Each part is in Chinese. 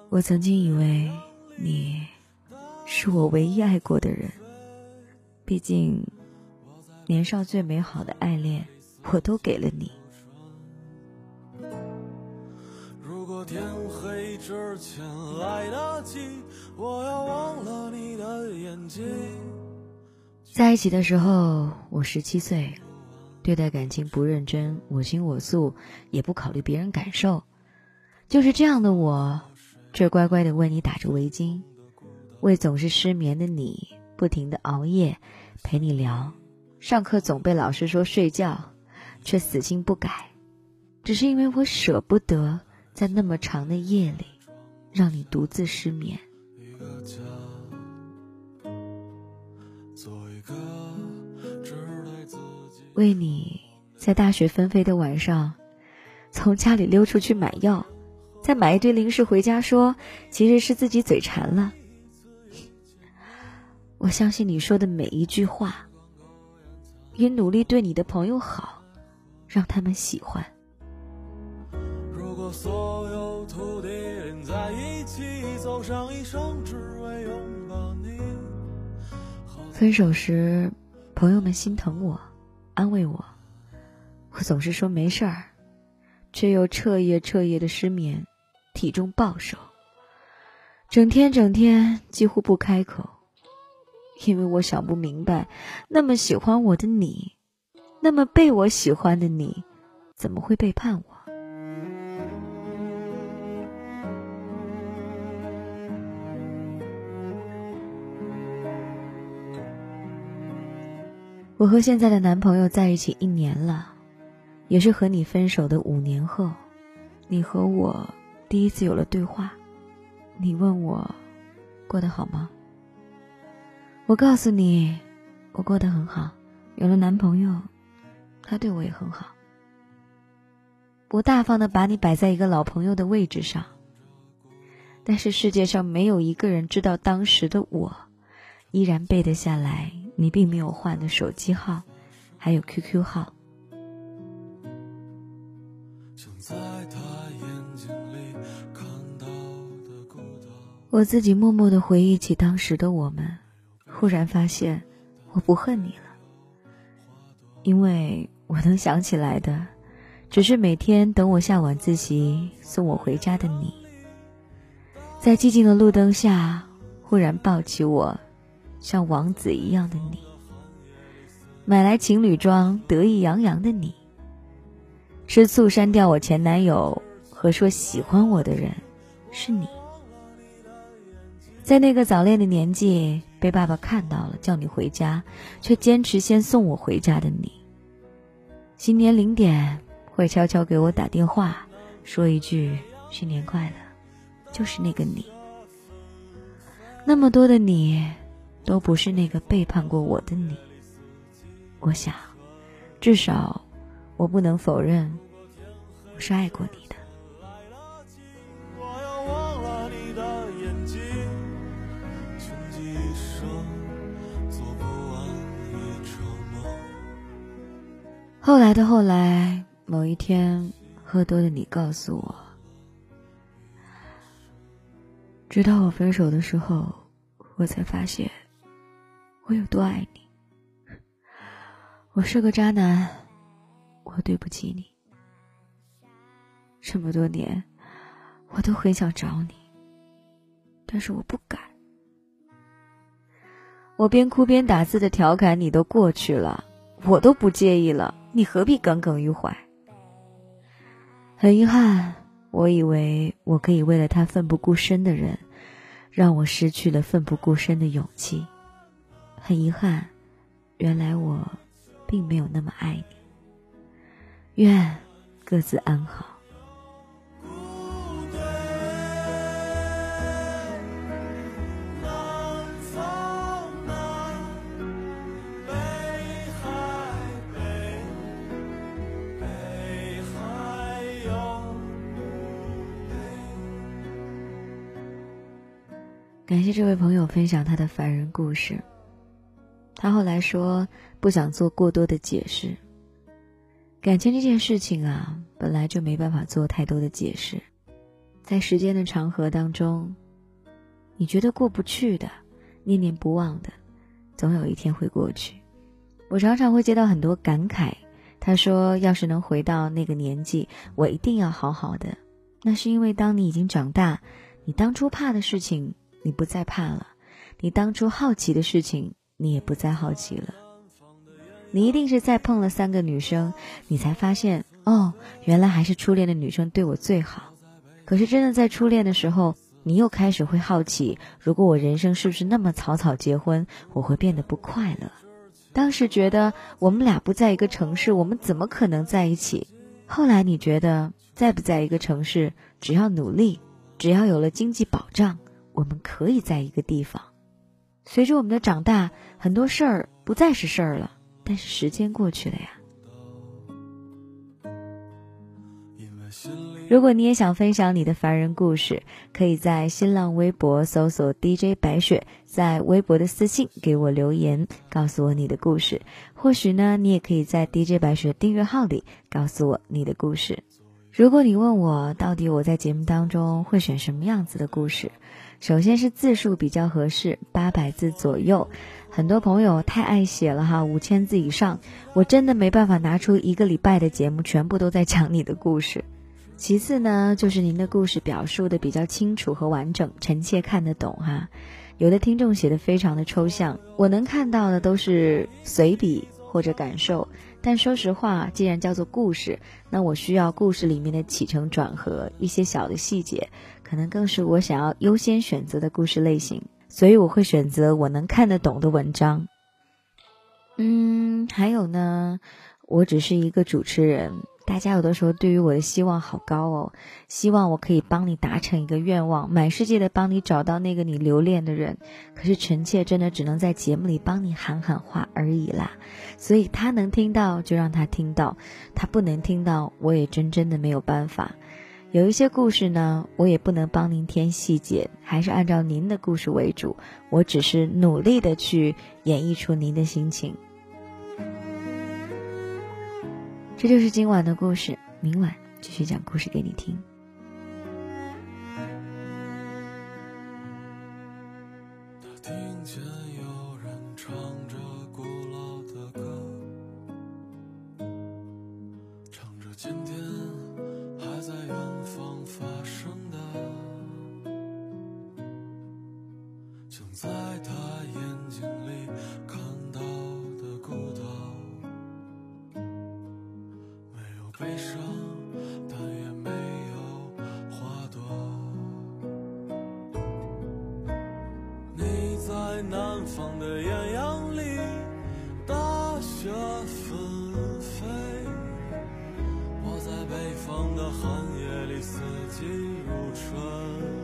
我曾经以为你是我唯一爱过的人，毕竟年少最美好的爱恋我都给了你。 如果天黑之前来得及，我要忘了你的眼睛。 在一起的时候我17岁，对待感情不认真，我行我素，也不考虑别人感受。就是这样的我，却乖乖地为你打着围巾，为总是失眠的你不停地熬夜陪你聊，上课总被老师说睡觉，却死心不改，只是因为我舍不得在那么长的夜里让你独自失眠。为你在大雪纷飞的晚上从家里溜出去买药，再买一堆零食回家，说其实是自己嘴馋了。我相信你说的每一句话，也努力对你的朋友好，让他们喜欢。 如果所有土地连在一起，走上一生只为拥抱你。 分手时朋友们心疼我，安慰我，我总是说没事儿，却又彻夜的失眠，体重暴瘦，整天几乎不开口，因为我想不明白，那么喜欢我的你，那么被我喜欢的你，怎么会背叛我？我和现在的男朋友在一起1年了，也是和你分手的5年后，你和我第一次有了对话。你问我过得好吗？我告诉你，我过得很好，有了男朋友，他对我也很好。我大方地把你摆在一个老朋友的位置上，但是世界上没有一个人知道当时的我依然背得下来你并没有换的手机号，还有 QQ 号。我自己默默地回忆起当时的我们，忽然发现我不恨你了，因为我能想起来的只是每天等我下晚自习送我回家的你，在寂静的路灯下忽然抱起我像王子一样的你，买来情侣装得意洋洋的你，吃醋删掉我前男友和说喜欢我的人是你。在那个早恋的年纪被爸爸看到了叫你回家，却坚持先送我回家的你，新年0点会悄悄给我打电话说一句新年快乐，就是那个你。那么多的你都不是那个背叛过我的你，我想至少我不能否认我是爱过你的。 我要忘了你的眼睛，穷极一生做不完一场梦。 后来的后来，某一天喝多的你告诉我，直到我分手的时候，我才发现我有多爱你。我是个渣男，我对不起你。这么多年我都很想找你，但是我不敢。我边哭边打字的调侃你都过去了，我都不介意了，你何必耿耿于怀？很遗憾，我以为我可以为了他奋不顾身的人，让我失去了奋不顾身的勇气。很遗憾，原来我并没有那么爱你。愿各自安好。感谢这位朋友分享他的凡人故事。他后来说不想做过多的解释，感情这件事情啊，本来就没办法做太多的解释。 在时间的长河当中，你觉得过不去的，念念不忘的，总有一天会过去。我常常会接到很多感慨，他说要是能回到那个年纪，我一定要好好的。那是因为当你已经长大，你当初怕的事情你不再怕了，你当初好奇的事情你也不再好奇了。你一定是再碰了3个女生，你才发现，原来还是初恋的女生对我最好。可是真的在初恋的时候，你又开始会好奇，如果我人生是不是那么草草结婚，我会变得不快乐。当时觉得我们俩不在一个城市，我们怎么可能在一起？后来你觉得在不在一个城市，只要努力，只要有了经济保障，我们可以在一个地方。随着我们的长大，很多事儿不再是事儿了，但是时间过去了呀。如果你也想分享你的凡人故事，可以在新浪微博搜索 DJ 白雪，在微博的私信给我留言，告诉我你的故事。或许呢，你也可以在 DJ 白雪订阅号里告诉我你的故事。如果你问我到底我在节目当中会选什么样子的故事，首先是字数比较合适，800字左右。很多朋友太爱写了哈，5000字以上，我真的没办法拿出1个礼拜的节目全部都在讲你的故事。其次呢，就是您的故事表述的比较清楚和完整，臣妾看得懂哈。有的听众写的非常的抽象，我能看到的都是随笔或者感受，但说实话，既然叫做故事，那我需要故事里面的起承转合，一些小的细节，可能更是我想要优先选择的故事类型，所以我会选择我能看得懂的文章。还有呢，我只是一个主持人，大家有的时候对于我的希望好高哦，希望我可以帮你达成一个愿望，满世界的帮你找到那个你留恋的人。可是臣妾真的只能在节目里帮你喊喊话而已啦，所以他能听到就让他听到，他不能听到我也真的没有办法。有一些故事呢，我也不能帮您添细节，还是按照您的故事为主，我只是努力的去演绎出您的心情。这就是今晚的故事，明晚继续讲故事给你听。 他听见有人唱着古老的歌，唱着今天还在远方发生的，像在他眼睛里看到的孤岛，没有悲伤，但也没有花朵。你在南方的艳阳里，大雪纷飞，我在北方的寒夜里，四季如春。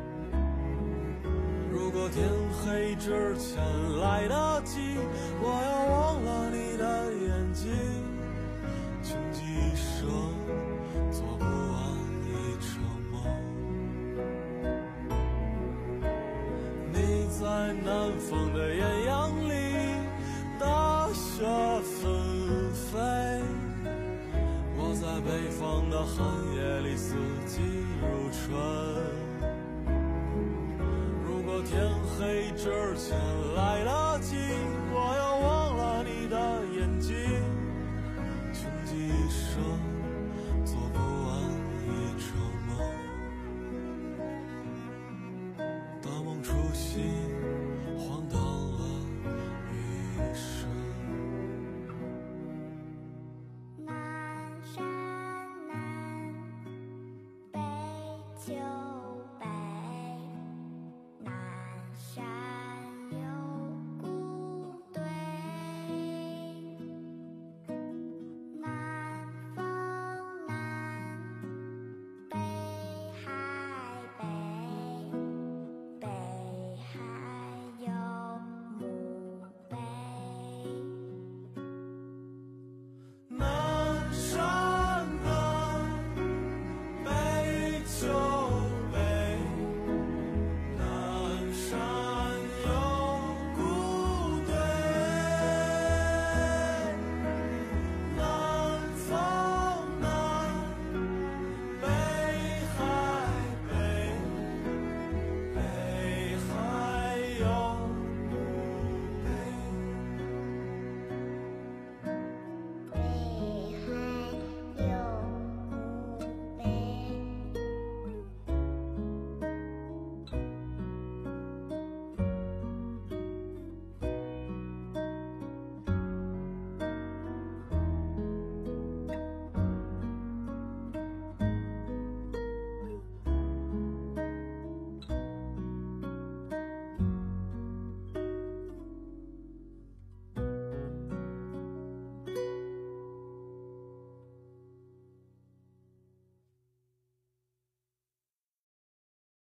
如果天黑之前来得及，我要忘了你的眼睛，穷极一生做不完一场梦。你在南方的艳阳里，大雪纷飞，我在北方的寒夜里，四季如春。如果天黑之前来得及，我要忘了你的眼睛，穷极一生做不完一场梦。大梦初醒，荒唐了一生。 南山南，北秋